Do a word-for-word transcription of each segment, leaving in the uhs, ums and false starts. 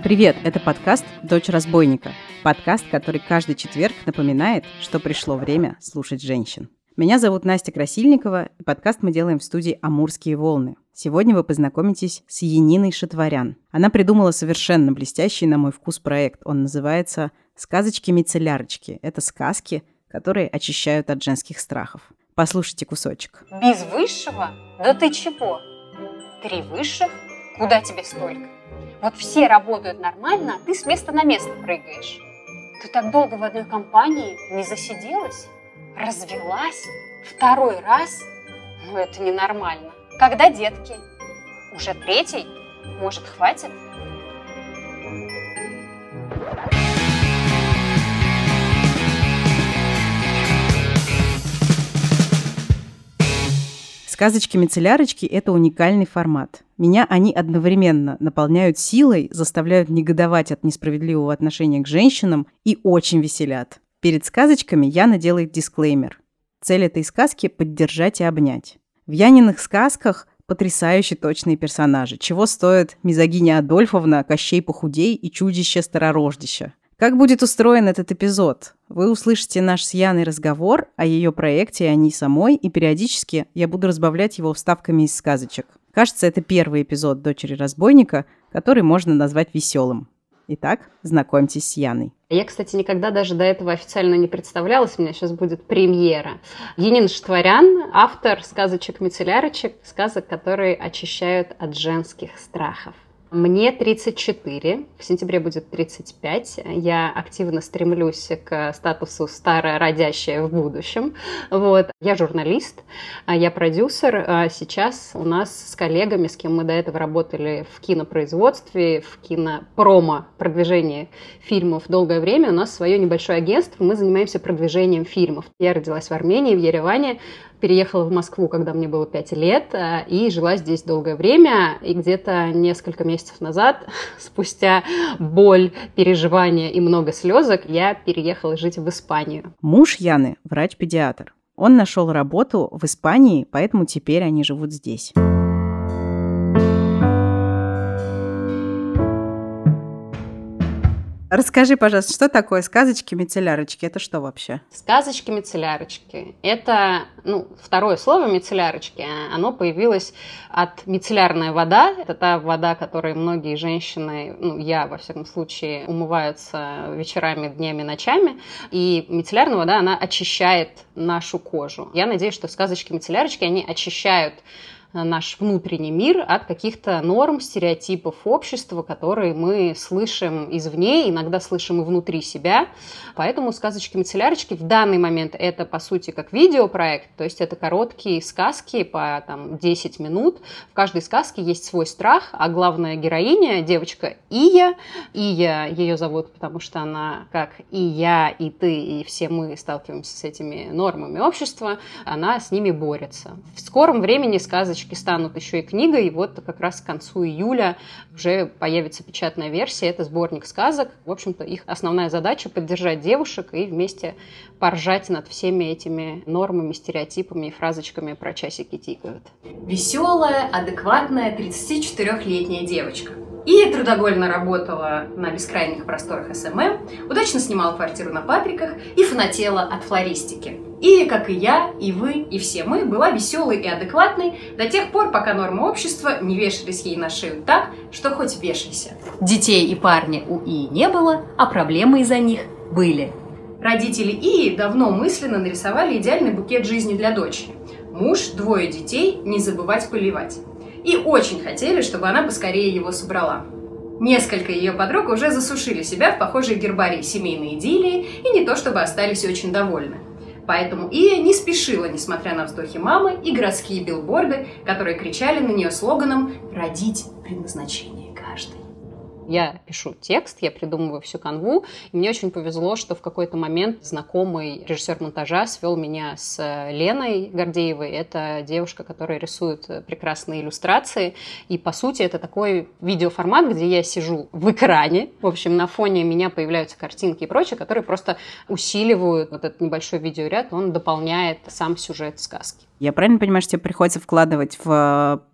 Привет, это подкаст «Дочь разбойника». Подкаст, который каждый четверг напоминает, что пришло время слушать женщин. Меня зовут Настя Красильникова, и подкаст мы делаем в студии «Амурские волны». Сегодня вы познакомитесь с Яниной Шатварян. Она придумала совершенно блестящий, на мой вкус, проект. Он называется «Сказочки-мицеллярочки». Это сказки, которые очищают от женских страхов. Послушайте кусочек. Без высшего? Да ты чего? Три высших? Куда тебе столько? Вот все работают нормально, а ты с места на место прыгаешь. Ты так долго в одной компании не засиделась? Развелась? Второй раз? Ну это ненормально. Когда детки? Уже третий? Может, хватит? Сказочки-мицеллярочки – это уникальный формат. Меня они одновременно наполняют силой, заставляют негодовать от несправедливого отношения к женщинам и очень веселят. Перед сказочками Яна делает дисклеймер. Цель этой сказки – поддержать и обнять. В Яниных сказках потрясающе точные персонажи, чего стоят мизогиня Адольфовна, Кощей Похудей и чудище Старорождище. Как будет устроен этот эпизод? Вы услышите наш с Яной разговор о ее проекте и о ней самой, и периодически я буду разбавлять его вставками из сказочек. Кажется, это первый эпизод «Дочери разбойника», который можно назвать веселым. Итак, знакомьтесь с Яной. Я, кстати, никогда даже до этого официально не представлялась, у меня сейчас будет премьера. Янина Шатварян, автор сказочек-мицеллярочек, сказок, которые очищают от женских страхов. Мне тридцать четыре, в сентябре будет тридцать пять. Я активно стремлюсь к статусу старая родящая в будущем. Вот. Я журналист, я продюсер. Сейчас у нас с коллегами, с кем мы до этого работали в кинопроизводстве, в кинопромо, продвижении фильмов долгое время, у нас свое небольшое агентство, мы занимаемся продвижением фильмов. Я родилась в Армении, в Ереване. Переехала в Москву, когда мне было пять лет, и жила здесь долгое время. И где-то несколько месяцев назад, спустя боль, переживания и много слезок, я переехала жить в Испанию. Муж Яны – врач-педиатр. Он нашел работу в Испании, поэтому теперь они живут здесь. Расскажи, пожалуйста, что такое сказочки-мицеллярочки? Это что вообще? Сказочки-мицеллярочки. Это, ну, второе слово «мицеллярочки». Оно появилось от мицеллярная вода. Это та вода, которой многие женщины, ну, я, во всяком случае, умываются вечерами, днями, ночами. И мицеллярная вода, она очищает нашу кожу. Я надеюсь, что сказочки-мицеллярочки, они очищают наш внутренний мир от каких-то норм, стереотипов общества, которые мы слышим извне, иногда слышим и внутри себя. Поэтому сказочки-мицеллярочки в данный момент это, по сути, как видеопроект, то есть это короткие сказки по там, десять минут. В каждой сказке есть свой страх, а главная героиня, девочка Ия, Ия ее зовут, потому что она, как и я, и ты, и все мы сталкиваемся с этими нормами общества, она с ними борется. В скором времени сказочки станут еще и книгой, и вот как раз к концу июля уже появится печатная версия, это сборник сказок. В общем-то, их основная задача — поддержать девушек и вместе поржать над всеми этими нормами, стереотипами и фразочками про часики тикают. Веселая, адекватная тридцатичетырёхлетняя девочка. И трудоголь работала на бескрайних просторах эс эм эм, удачно снимала квартиру на Патриках и фанатела от флористики. И, как и я, и вы, и все мы, была веселой и адекватной до тех пор, пока нормы общества не вешались ей на шею так, что хоть вешайся. Детей и парня у Ии не было, а проблемы из-за них были. Родители Ии давно мысленно нарисовали идеальный букет жизни для дочери. Муж, двое детей, не забывать поливать. И очень хотели, чтобы она поскорее его собрала. Несколько ее подруг уже засушили себя в похожей гербарии семейной идиллии и не то чтобы остались очень довольны. Поэтому Ия не спешила, несмотря на вздохи мамы и городские билборды, которые кричали на нее слоганом «Родить предназначение каждой». Я пишу текст, я придумываю всю канву, и мне очень повезло, что в какой-то момент знакомый режиссер монтажа свел меня с Леной Гордеевой. Это девушка, которая рисует прекрасные иллюстрации, и, по сути, это такой видеоформат, где я сижу в экране, в общем, на фоне меня появляются картинки и прочее, которые просто усиливают вот этот небольшой видеоряд, он дополняет сам сюжет сказки. Я правильно понимаю, что тебе приходится вкладывать в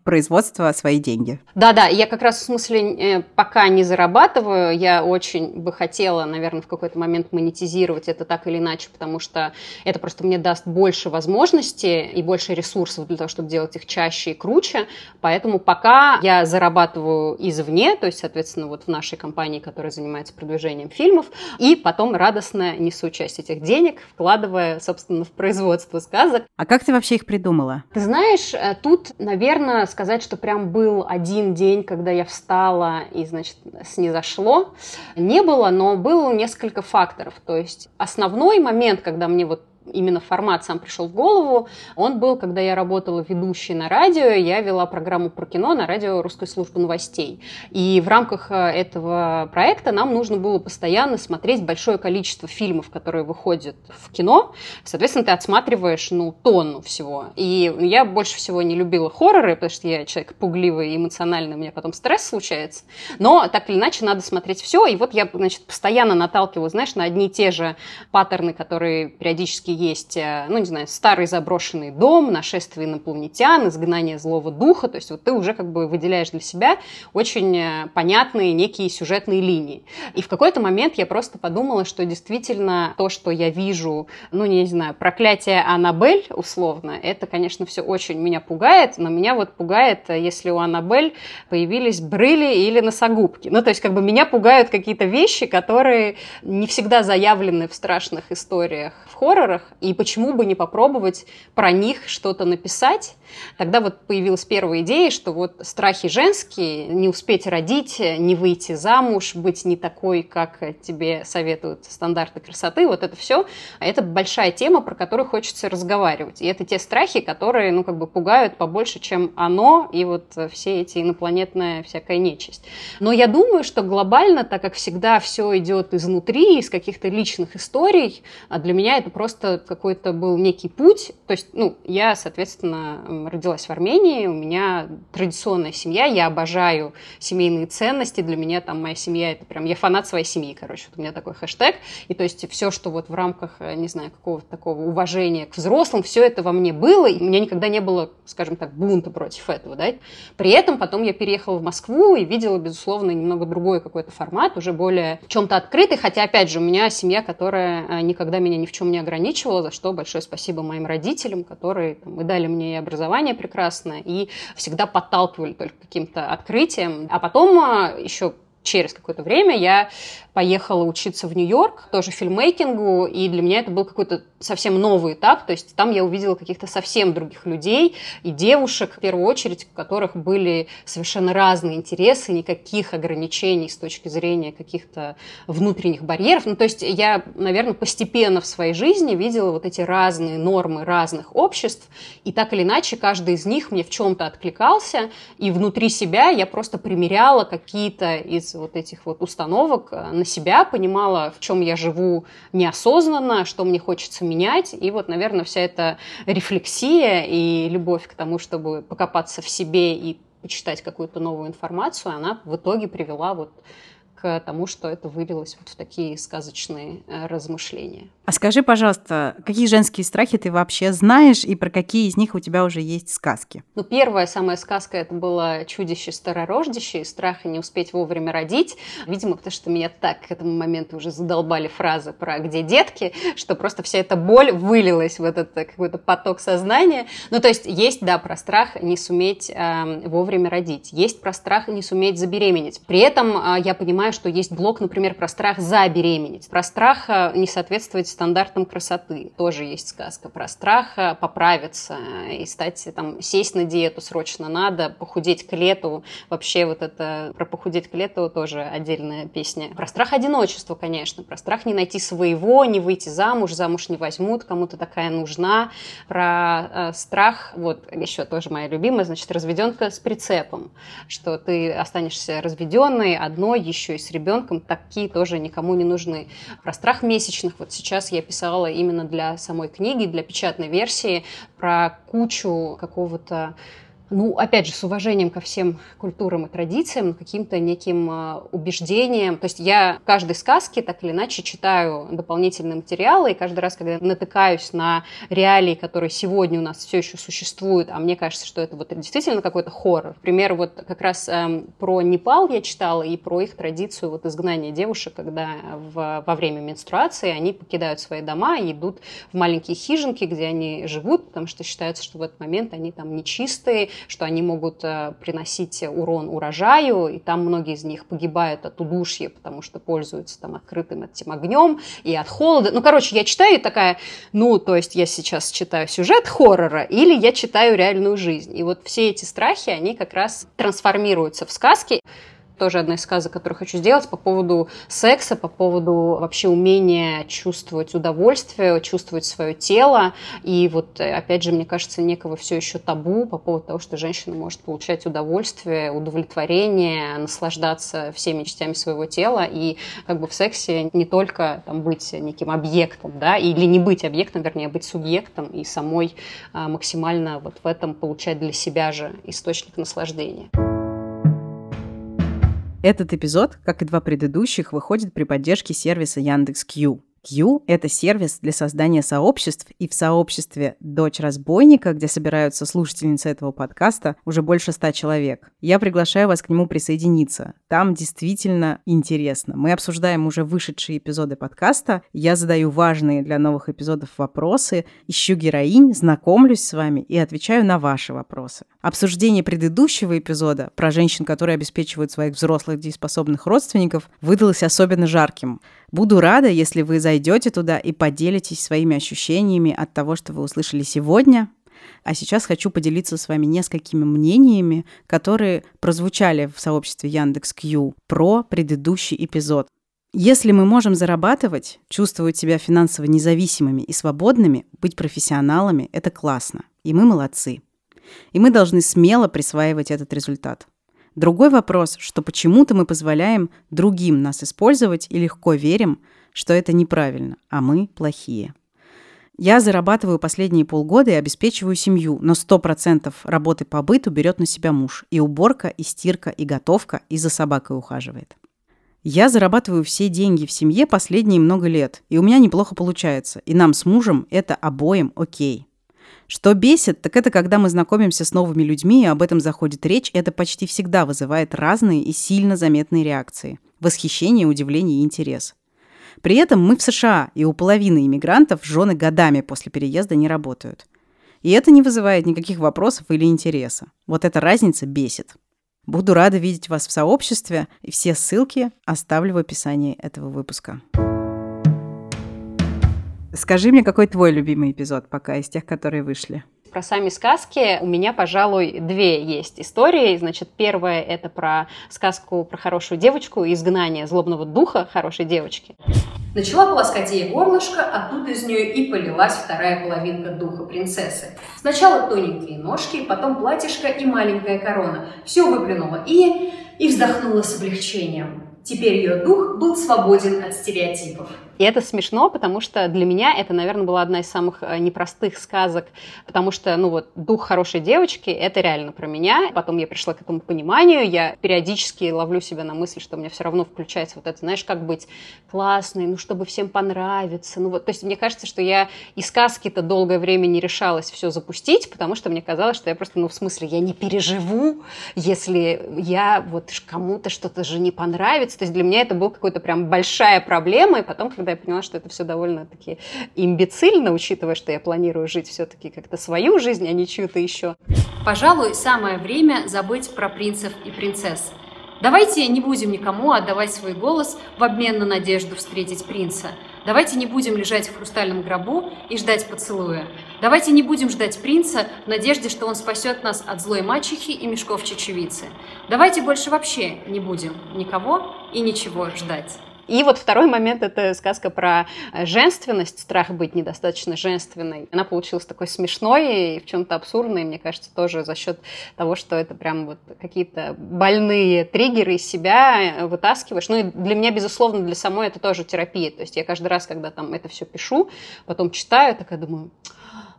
производства свои деньги. Да-да, я как раз в смысле пока не зарабатываю, я очень бы хотела, наверное, в какой-то момент монетизировать это так или иначе, потому что это просто мне даст больше возможностей и больше ресурсов для того, чтобы делать их чаще и круче, поэтому пока я зарабатываю извне, то есть, соответственно, вот в нашей компании, которая занимается продвижением фильмов, и потом радостно несу часть этих денег, вкладывая, собственно, в производство сказок. А как ты вообще их придумала? Ты знаешь, тут, наверное, сказать, что прям был один день, когда я встала и, значит, снизошло, не было, но было несколько факторов. То есть основной момент, когда мне вот именно формат сам пришел в голову, он был, когда я работала ведущей на радио, я вела программу про кино на радио Русской службы новостей. И в рамках этого проекта нам нужно было постоянно смотреть большое количество фильмов, которые выходят в кино. Соответственно, ты отсматриваешь, ну, тонну всего. И я больше всего не любила хорроры, потому что я человек пугливый и эмоциональный, у меня потом стресс случается. Но так или иначе надо смотреть все. И вот я, значит, постоянно наталкивалась, знаешь, на одни и те же паттерны, которые периодически есть, ну, не знаю, старый заброшенный дом, нашествие инопланетян, изгнание злого духа, то есть вот ты уже как бы выделяешь для себя очень понятные некие сюжетные линии. И в какой-то момент я просто подумала, что действительно то, что я вижу, ну, не знаю, проклятие Аннабель, условно, это, конечно, все очень меня пугает, но меня вот пугает, если у Аннабель появились брыли или носогубки. Ну, то есть как бы меня пугают какие-то вещи, которые не всегда заявлены в страшных историях, в хоррорах, и почему бы не попробовать про них что-то написать. Тогда вот появилась первая идея, что вот страхи женские, не успеть родить, не выйти замуж, быть не такой, как тебе советуют стандарты красоты, вот это все, это большая тема, про которую хочется разговаривать. И это те страхи, которые, ну, как бы пугают побольше, чем оно, и вот все эти инопланетная всякая нечисть. Но я думаю, что глобально, так как всегда все идет изнутри, из каких-то личных историй, для меня это просто какой-то был некий путь. То есть, ну, я, соответственно, родилась в Армении, у меня традиционная семья, я обожаю семейные ценности, для меня там моя семья, это прям, я фанат своей семьи, короче, вот у меня такой хэштег, и то есть все, что вот в рамках, не знаю, какого-то такого уважения к взрослым, все это во мне было, и у меня никогда не было, скажем так, бунта против этого, да. При этом потом я переехала в Москву и видела, безусловно, немного другой какой-то формат, уже более в чем-то открытый, хотя, опять же, у меня семья, которая никогда меня ни в чем не ограничивала, за что большое спасибо моим родителям, которые там, и дали мне и образование прекрасное, и всегда подталкивали только к каким-то открытиям. А потом еще через какое-то время я поехала учиться в Нью-Йорк, тоже фильммейкингу, и для меня это был какой-то совсем новый этап, то есть там я увидела каких-то совсем других людей и девушек, в первую очередь, у которых были совершенно разные интересы, никаких ограничений с точки зрения каких-то внутренних барьеров. Ну, то есть я, наверное, постепенно в своей жизни видела вот эти разные нормы разных обществ, и так или иначе каждый из них мне в чем-то откликался, и внутри себя я просто примеряла какие-то из вот этих вот установок на себя, понимала, в чем я живу неосознанно, что мне хочется менять. И вот, наверное, вся эта рефлексия и любовь к тому, чтобы покопаться в себе и почитать какую-то новую информацию, она в итоге привела вот к тому, что это вылилось вот в такие сказочные размышления. А скажи, пожалуйста, какие женские страхи ты вообще знаешь и про какие из них у тебя уже есть сказки? Ну, первая самая сказка, это было «Чудище старорождящее», страха не успеть вовремя родить. Видимо, потому что меня так к этому моменту уже задолбали фразы про «где детки», что просто вся эта боль вылилась в этот какой-то поток сознания. Ну, то есть есть, да, про страх не суметь э, вовремя родить. Есть про страх не суметь забеременеть. При этом э, я понимаю, что есть блок, например, про страх забеременеть. Про страх э, не соответствовать стандартам красоты. Тоже есть сказка про страх поправиться и стать, там, сесть на диету срочно надо, похудеть к лету. Вообще вот это про похудеть к лету тоже отдельная песня. Про страх одиночества, конечно. Про страх не найти своего, не выйти замуж, замуж не возьмут, кому-то такая нужна. Про э, страх, вот еще тоже моя любимая, значит, разведенка с прицепом. Что ты останешься разведенной, одной, еще и с ребенком. Такие тоже никому не нужны. Про страх месячных. Вот сейчас я писала именно для самой книги, для печатной версии, про кучу какого-то Ну, опять же, с уважением ко всем культурам и традициям, каким-то неким э, убеждениям. То есть я в каждой сказке так или иначе читаю дополнительные материалы, и каждый раз, когда я натыкаюсь на реалии, которые сегодня у нас все еще существуют, а мне кажется, что это вот действительно какой-то хоррор. Например, вот как раз э, про Непал я читала и про их традицию вот изгнания девушек, когда в, во время менструации они покидают свои дома и идут в маленькие хижинки, где они живут, потому что считается, что в этот момент они там нечистые, что они могут э, приносить урон урожаю, и там многие из них погибают от удушья, потому что пользуются там открытым этим огнем и от холода. Ну, короче, я читаю и такая, ну, то есть я сейчас читаю сюжет хоррора или я читаю реальную жизнь. И вот все эти страхи, они как раз трансформируются в сказки. Тоже одна из сказок, которую хочу сделать по поводу секса, по поводу вообще умения чувствовать удовольствие, чувствовать свое тело. И вот, опять же, мне кажется, некого все еще табу по поводу того, что женщина может получать удовольствие, удовлетворение, наслаждаться всеми частями своего тела. И как бы в сексе не только там, быть неким объектом, да, или не быть объектом, вернее, быть субъектом и самой а, максимально вот в этом получать для себя же источник наслаждения. Этот эпизод, как и два предыдущих, выходит при поддержке сервиса Яндекс.Кью. Q – это сервис для создания сообществ, и в сообществе «Дочь разбойника», где собираются слушательницы этого подкаста, уже больше ста человек. Я приглашаю вас к нему присоединиться. Там действительно интересно. Мы обсуждаем уже вышедшие эпизоды подкаста, я задаю важные для новых эпизодов вопросы, ищу героинь, знакомлюсь с вами и отвечаю на ваши вопросы. Обсуждение предыдущего эпизода про женщин, которые обеспечивают своих взрослых дееспособных родственников, выдалось особенно жарким. Буду рада, если вы зайдете туда и поделитесь своими ощущениями от того, что вы услышали сегодня. А сейчас хочу поделиться с вами несколькими мнениями, которые прозвучали в сообществе Яндекс.Кью про предыдущий эпизод. Если мы можем зарабатывать, чувствовать себя финансово независимыми и свободными, быть профессионалами – это классно. И мы молодцы. И мы должны смело присваивать этот результат. Другой вопрос, что почему-то мы позволяем другим нас использовать и легко верим, что это неправильно, а мы плохие. Я зарабатываю последние полгода и обеспечиваю семью, но сто процентов работы по быту берет на себя муж. И уборка, и стирка, и готовка, и за собакой ухаживает. Я зарабатываю все деньги в семье последние много лет, и у меня неплохо получается, и нам с мужем это обоим окей. Что бесит, так это когда мы знакомимся с новыми людьми, и об этом заходит речь, это почти всегда вызывает разные и сильно заметные реакции. Восхищение, удивление и интерес. При этом мы в США, и у половины иммигрантов жены годами после переезда не работают. И это не вызывает никаких вопросов или интереса. Вот эта разница бесит. Буду рада видеть вас в сообществе, и все ссылки оставлю в описании этого выпуска. Скажи мне, какой твой любимый эпизод пока из тех, которые вышли? Про сами сказки у меня, пожалуй, две есть истории. Значит, первая – это про сказку про хорошую девочку и изгнание злобного духа хорошей девочки. Начала полоскать ей горлышко, а тут из нее и полилась вторая половинка духа принцессы. Сначала тоненькие ножки, потом платьишко и маленькая корона. Все выплюнула и... и вздохнула с облегчением. Теперь ее дух был свободен от стереотипов. И это смешно, потому что для меня это, наверное, была одна из самых непростых сказок, потому что, ну вот, дух хорошей девочки – это реально про меня. Потом я пришла к этому пониманию, я периодически ловлю себя на мысли, что у меня все равно включается вот это, знаешь, как быть классной, ну, чтобы всем понравиться. Ну вот, то есть мне кажется, что я и сказки-то долгое время не решалась все запустить, потому что мне казалось, что я просто, ну, в смысле, я не переживу, если я вот кому-то что-то же не понравится. То есть для меня это была какая-то прям большая проблема, и потом, когда я поняла, что это все довольно-таки имбецильно, учитывая, что я планирую жить все-таки как-то свою жизнь, а не чью-то еще. Пожалуй, самое время забыть про принцев и принцесс. Давайте не будем никому отдавать свой голос в обмен на надежду встретить принца. Давайте не будем лежать в хрустальном гробу и ждать поцелуя. Давайте не будем ждать принца в надежде, что он спасет нас от злой мачехи и мешков чечевицы. Давайте больше вообще не будем никого и ничего ждать. И вот второй момент – это сказка про женственность, страх быть недостаточно женственной. Она получилась такой смешной и в чем-то абсурдной, мне кажется, тоже за счет того, что это прям вот какие-то больные триггеры из себя вытаскиваешь. Ну и для меня, безусловно, для самой это тоже терапия. То есть я каждый раз, когда там это все пишу, потом читаю, такая думаю...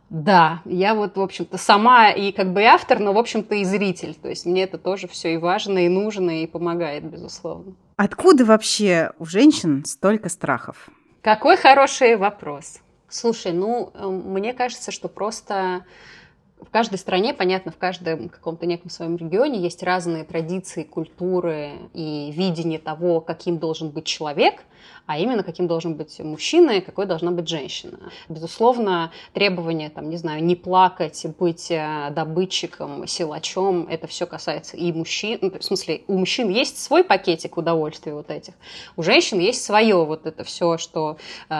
Да, я вот, в общем-то, сама и как бы и автор, но, в общем-то, и зритель. То есть мне это тоже все и важно, и нужно, и помогает, безусловно. Откуда вообще у женщин столько страхов? Какой хороший вопрос. Слушай, ну, мне кажется, что просто в каждой стране, понятно, в каждом каком-то неком своем регионе есть разные традиции, культуры и видение того, каким должен быть человек, а именно каким должен быть мужчина и какой должна быть женщина. Безусловно, требования, там, не знаю, не плакать, быть добытчиком, силачом, это все касается и мужчин. Ну, в смысле, у мужчин есть свой пакетик удовольствий вот этих, у женщин есть свое вот это все, что,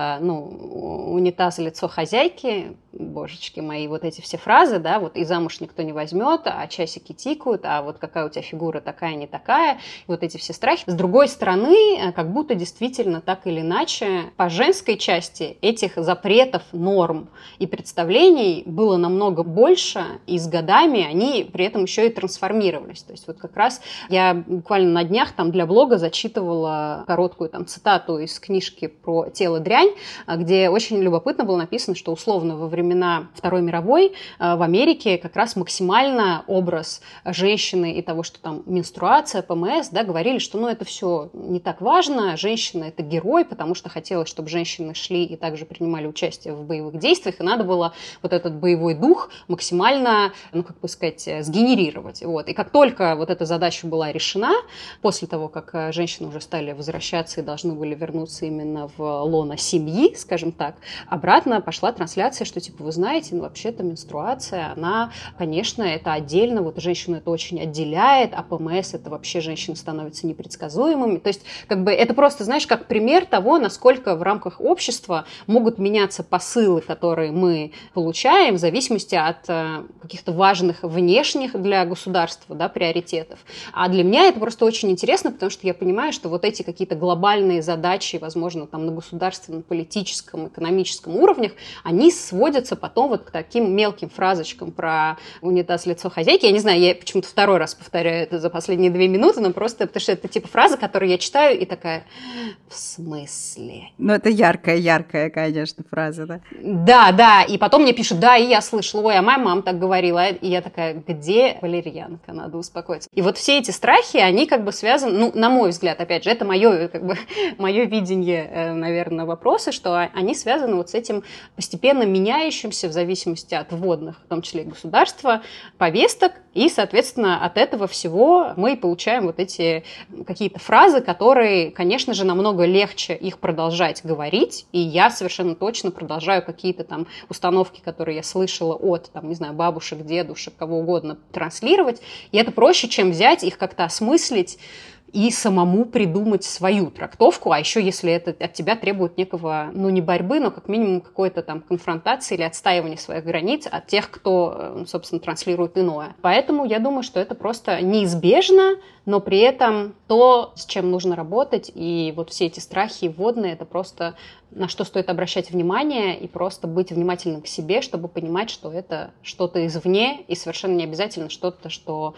ну, унитаз, лицо хозяйки, божечки мои, вот эти все фразы, да, вот и замуж никто не возьмет, а часики тикают, а вот какая у тебя фигура такая, не такая, вот эти все страхи. С другой стороны, как будто действительно так или иначе по женской части этих запретов, норм и представлений было намного больше, и с годами они при этом еще и трансформировались. То есть вот как раз я буквально на днях там для блога зачитывала короткую там цитату из книжки про тело дрянь, где очень любопытно было написано, что условно во времена Второй мировой в Америке как раз максимально образ женщины и того, что там менструация, ПМС, да, говорили, что ну это все не так важно, женщина это герой, потому что хотелось, чтобы женщины шли и также принимали участие в боевых действиях, и надо было вот этот боевой дух максимально, ну как бы сказать, сгенерировать. Вот. И как только вот эта задача была решена, после того, как женщины уже стали возвращаться и должны были вернуться именно в лоно семьи, скажем так, обратно пошла трансляция, что типа, вы знаете, ну вообще-то менструация, она, конечно, это отдельно, вот женщину это очень отделяет, а ПМС это вообще женщины становятся непредсказуемыми. То есть как бы это просто, знаешь, как пример того, насколько в рамках общества могут меняться посылы, которые мы получаем в зависимости от э, каких-то важных внешних для государства, да, приоритетов. А для меня это просто очень интересно, потому что я понимаю, что вот эти какие-то глобальные задачи, возможно, там на государственном, политическом, экономическом уровнях, они сводятся потом вот к таким мелким фразочкам про унитаз, лицо хозяйки. Я не знаю, я почему-то второй раз повторяю это за последние две минуты, но просто потому что это типа фраза, которую я читаю и такая, в смысле? Ну, это яркая-яркая, конечно, фраза, да? Да, да, и потом мне пишут, да, и я слышала, ой, а моя мама так говорила, и я такая, где валерьянка, надо успокоиться. И вот все эти страхи, они как бы связаны, ну, на мой взгляд, опять же, это мое, как бы, мое видение, наверное, вопроса, что они связаны вот с этим постепенно меняющимся в зависимости от вводных, в том числе и государства, повесток, и, соответственно, от этого всего мы получаем вот эти какие-то фразы, которые, конечно же, намного легче их продолжать говорить, и я совершенно точно продолжаю какие-то там установки, которые я слышала от, там, не знаю, бабушек, дедушек, кого угодно, транслировать, и это проще, чем взять их как-то осмыслить и самому придумать свою трактовку, а еще если это от тебя требует некого, ну, не борьбы, но как минимум какой-то там конфронтации или отстаивания своих границ от тех, кто, собственно, транслирует иное. Поэтому я думаю, что это просто неизбежно, но при этом то, с чем нужно работать, и вот все эти страхи вводные, это просто на что стоит обращать внимание и просто быть внимательным к себе, чтобы понимать, что это что-то извне и совершенно не обязательно что-то, что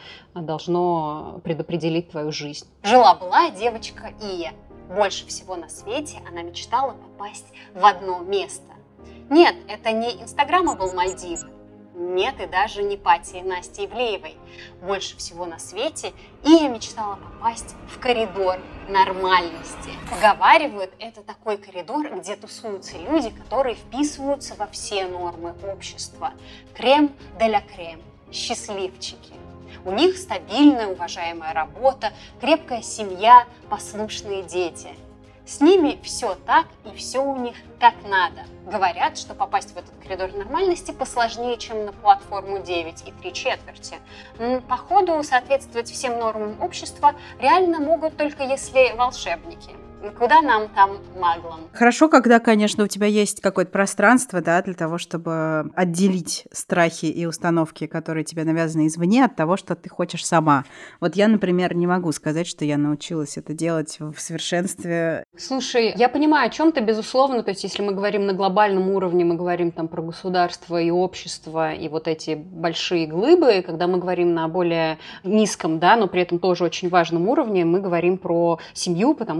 должно предопределить твою жизнь. Жила-была девочка Ия. Больше всего на свете она мечтала попасть в одно место. Нет, это не инстаграмабл Мальдивы. Нет, и даже не Пати Насти Ивлеевой. Больше всего на свете Ия мечтала попасть в коридор нормальности. Поговаривают, это такой коридор, где тусуются люди, которые вписываются во все нормы общества. Крем де ля крем. Счастливчики. У них стабильная, уважаемая работа, крепкая семья, послушные дети. С ними все так и все у них как надо. Говорят, что попасть в этот коридор нормальности посложнее, чем на платформу девять и три четверти. Походу, соответствовать всем нормам общества реально могут только если волшебники. Куда нам там, маглам? Хорошо, когда, конечно, у тебя есть какое-то пространство, да, для того, чтобы отделить страхи и установки, которые тебе навязаны извне, от того, что ты хочешь сама. Вот я, например, не могу сказать, что я научилась это делать в совершенстве. Слушай, я понимаю, о чем ты, безусловно, то есть если мы говорим на глобальном уровне, мы говорим там про государство и общество, и вот эти большие глыбы, когда мы говорим на более низком, да, но при этом тоже очень важном уровне, мы говорим про семью, потому что все-таки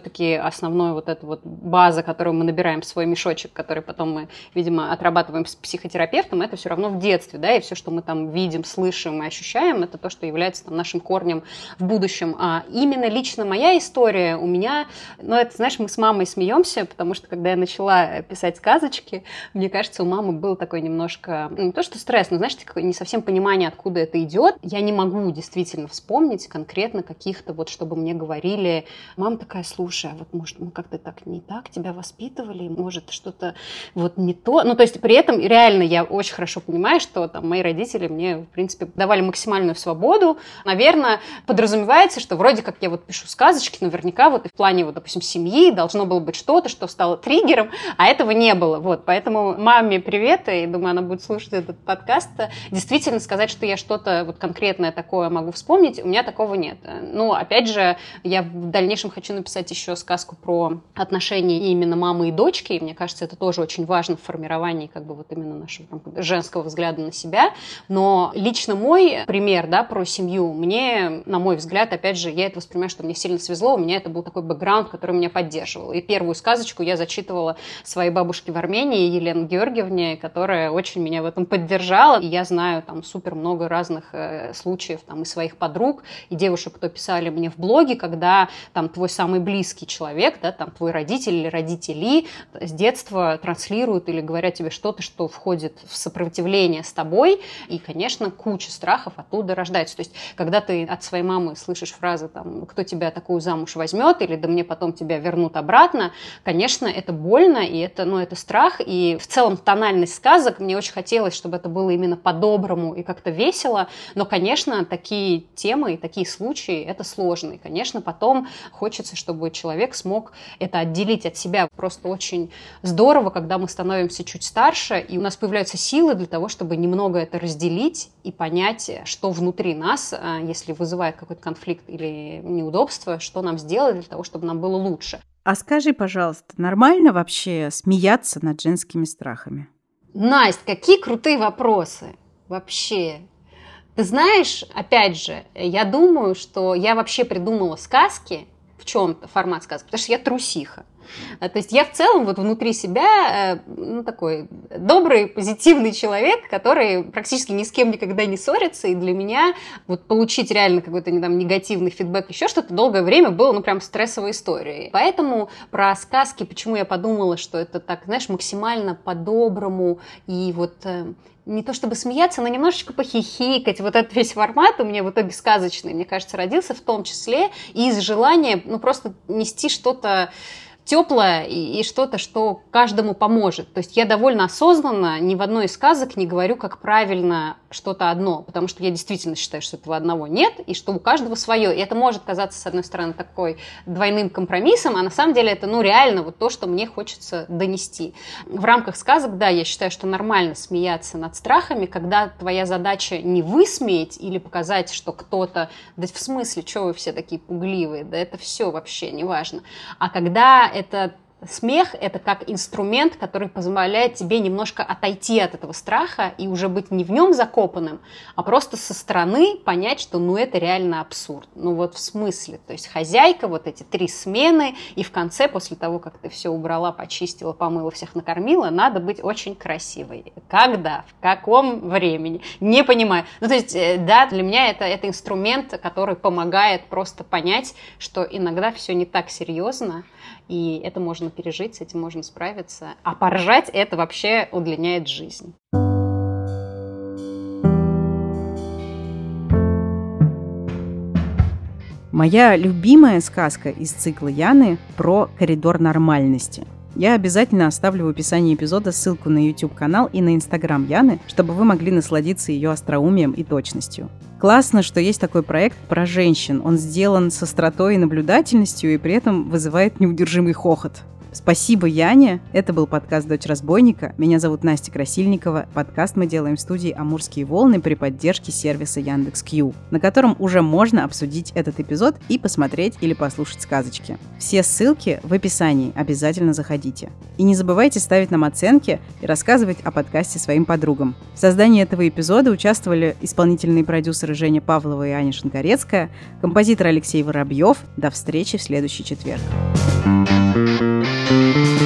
все-таки основной вот эта вот база, которую мы набираем в свой мешочек, который потом мы, видимо, отрабатываем с психотерапевтом, это все равно в детстве, да, и все, что мы там видим, слышим и ощущаем, это то, что является там нашим корнем в будущем. А именно лично моя история у меня, ну, это, знаешь, мы с мамой смеемся, потому что, когда я начала писать сказочки, мне кажется, у мамы был такой немножко, ну, не то что стресс, но, знаешь, такое не совсем понимание, откуда это идет. Я не могу действительно вспомнить конкретно каких-то вот, чтобы мне говорили, мама такая, слушай, а вот, может, мы как-то так не так тебя воспитывали, может, что-то вот не то. Ну, то есть при этом реально я очень хорошо понимаю, что там мои родители мне, в принципе, давали максимальную свободу. Наверное, подразумевается, что вроде как я вот пишу сказочки, наверняка вот и в плане, вот, допустим, семьи должно было быть что-то, что стало триггером, а этого не было. Вот, поэтому маме привет, и думаю, она будет слушать этот подкаст. Действительно сказать, что я что-то вот конкретное такое могу вспомнить, у меня такого нет. Ну, опять же, я в дальнейшем хочу написать еще сказку про отношения именно мамы и дочки, и мне кажется, это тоже очень важно в формировании как бы вот именно нашего женского взгляда на себя. Но лично мой пример, да, про семью, мне, на мой взгляд, опять же, я это воспринимаю, что мне сильно свезло, у меня это был такой бэкграунд, который меня поддерживал. И первую сказочку я зачитывала своей бабушке в Армении, Елене Георгиевне, которая очень меня в этом поддержала. И я знаю там супер много разных э, случаев там и своих подруг, и девушек, кто писали мне в блоге, когда там твой самый близкий человек, да, там твой родитель или родители с детства транслируют или говорят тебе что-то, что входит в сопротивление с тобой, и, конечно, куча страхов оттуда рождается. То есть, когда ты от своей мамы слышишь фразы, там, кто тебя такую замуж возьмет, или да мне потом тебя вернут обратно, конечно, это больно, и это, ну, это страх, и в целом тональность сказок, мне очень хотелось, чтобы это было именно по-доброму и как-то весело, но, конечно, такие темы и такие случаи, это сложно, и, конечно, потом хочется, чтобы человек смог это отделить от себя. Просто очень здорово, когда мы становимся чуть старше, и у нас появляются силы для того, чтобы немного это разделить и понять, что внутри нас, если вызывает какой-то конфликт или неудобство, что нам сделать для того, чтобы нам было лучше. А скажи, пожалуйста, нормально вообще смеяться над женскими страхами? Настя, какие крутые вопросы вообще. Ты знаешь, опять же, я думаю, что я вообще придумала сказки, в чем-то формат сказки, потому что я трусиха. То есть я в целом вот внутри себя, ну, такой добрый, позитивный человек, который практически ни с кем никогда не ссорится, и для меня вот получить реально какой-то там негативный фидбэк, еще что-то долгое время было, ну, прям стрессовой историей. Поэтому про сказки, почему я подумала, что это так, знаешь, максимально по-доброму и вот... не то чтобы смеяться, но немножечко похихикать. Вот этот весь формат у меня в итоге сказочный, мне кажется, родился в том числе из желания, ну, просто нести что-то теплое и, и что-то, что каждому поможет. То есть я довольно осознанно ни в одной из сказок не говорю, как правильно что-то одно, потому что я действительно считаю, что этого одного нет, и что у каждого свое. И это может казаться, с одной стороны, такой двойным компромиссом, а на самом деле это, ну, реально вот то, что мне хочется донести. В рамках сказок, да, я считаю, что нормально смеяться над страхами, когда твоя задача не высмеять или показать, что кто-то, да в смысле, что вы все такие пугливые, да это все вообще не важно. А когда это смех – это как инструмент, который позволяет тебе немножко отойти от этого страха и уже быть не в нем закопанным, а просто со стороны понять, что ну это реально абсурд. Ну вот в смысле. То есть хозяйка, вот эти три смены, и в конце, после того, как ты все убрала, почистила, помыла, всех накормила, надо быть очень красивой. Когда? В каком времени? Не понимаю. Ну то есть, да, для меня это, это инструмент, который помогает просто понять, что иногда все не так серьезно, и это можно пережить, с этим можно справиться. А поржать – это вообще удлиняет жизнь. Моя любимая сказка из цикла Яны про коридор нормальности. Я обязательно оставлю в описании эпизода ссылку на YouTube-канал и на Instagram Яны, чтобы вы могли насладиться ее остроумием и точностью. Классно, что есть такой проект про женщин. Он сделан с остротой и наблюдательностью и при этом вызывает неудержимый хохот. Спасибо, Яне. Это был подкаст «Дочь разбойника». Меня зовут Настя Красильникова. Подкаст мы делаем в студии «Амурские волны» при поддержке сервиса Яндекс.Кью, на котором уже можно обсудить этот эпизод и посмотреть или послушать сказочки. Все ссылки в описании. Обязательно заходите. И не забывайте ставить нам оценки и рассказывать о подкасте своим подругам. В создании этого эпизода участвовали исполнительные продюсеры Женя Павлова и Аня Шинкарецкая, композитор Алексей Воробьев. До встречи в следующий четверг. Thank you.